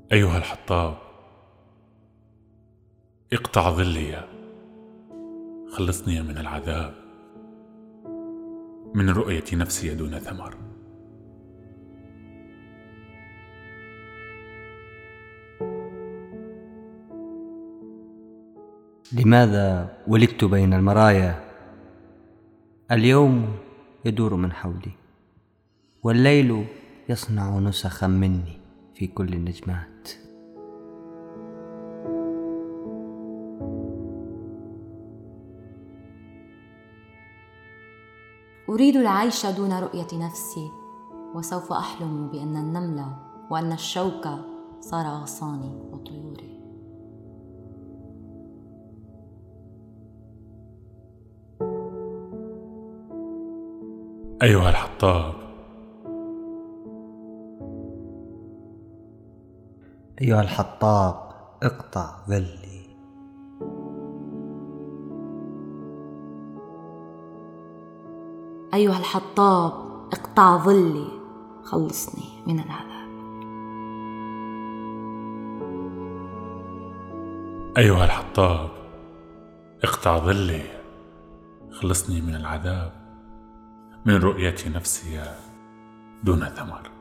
أيها الحطاب، اقطع ظلي، خلصني من العذاب، من رؤية نفسي دون ثمر. لماذا ولدت بين المرايا؟ اليوم يدور من حولي، والليل يصنع نسخا مني في كل النجمات. أريد العيش دون رؤية نفسي، وسوف أحلم بأن النملة وأن الشوك صار أغصاني وطيوري. أيها الحطاب، أيها الحطاب، اقطع ظلي. أيها الحطاب، اقطع ظلي، خلصني من العذاب. أيها الحطاب، اقطع ظلي، خلصني من العذاب، من رؤية نفسي دون ثمر.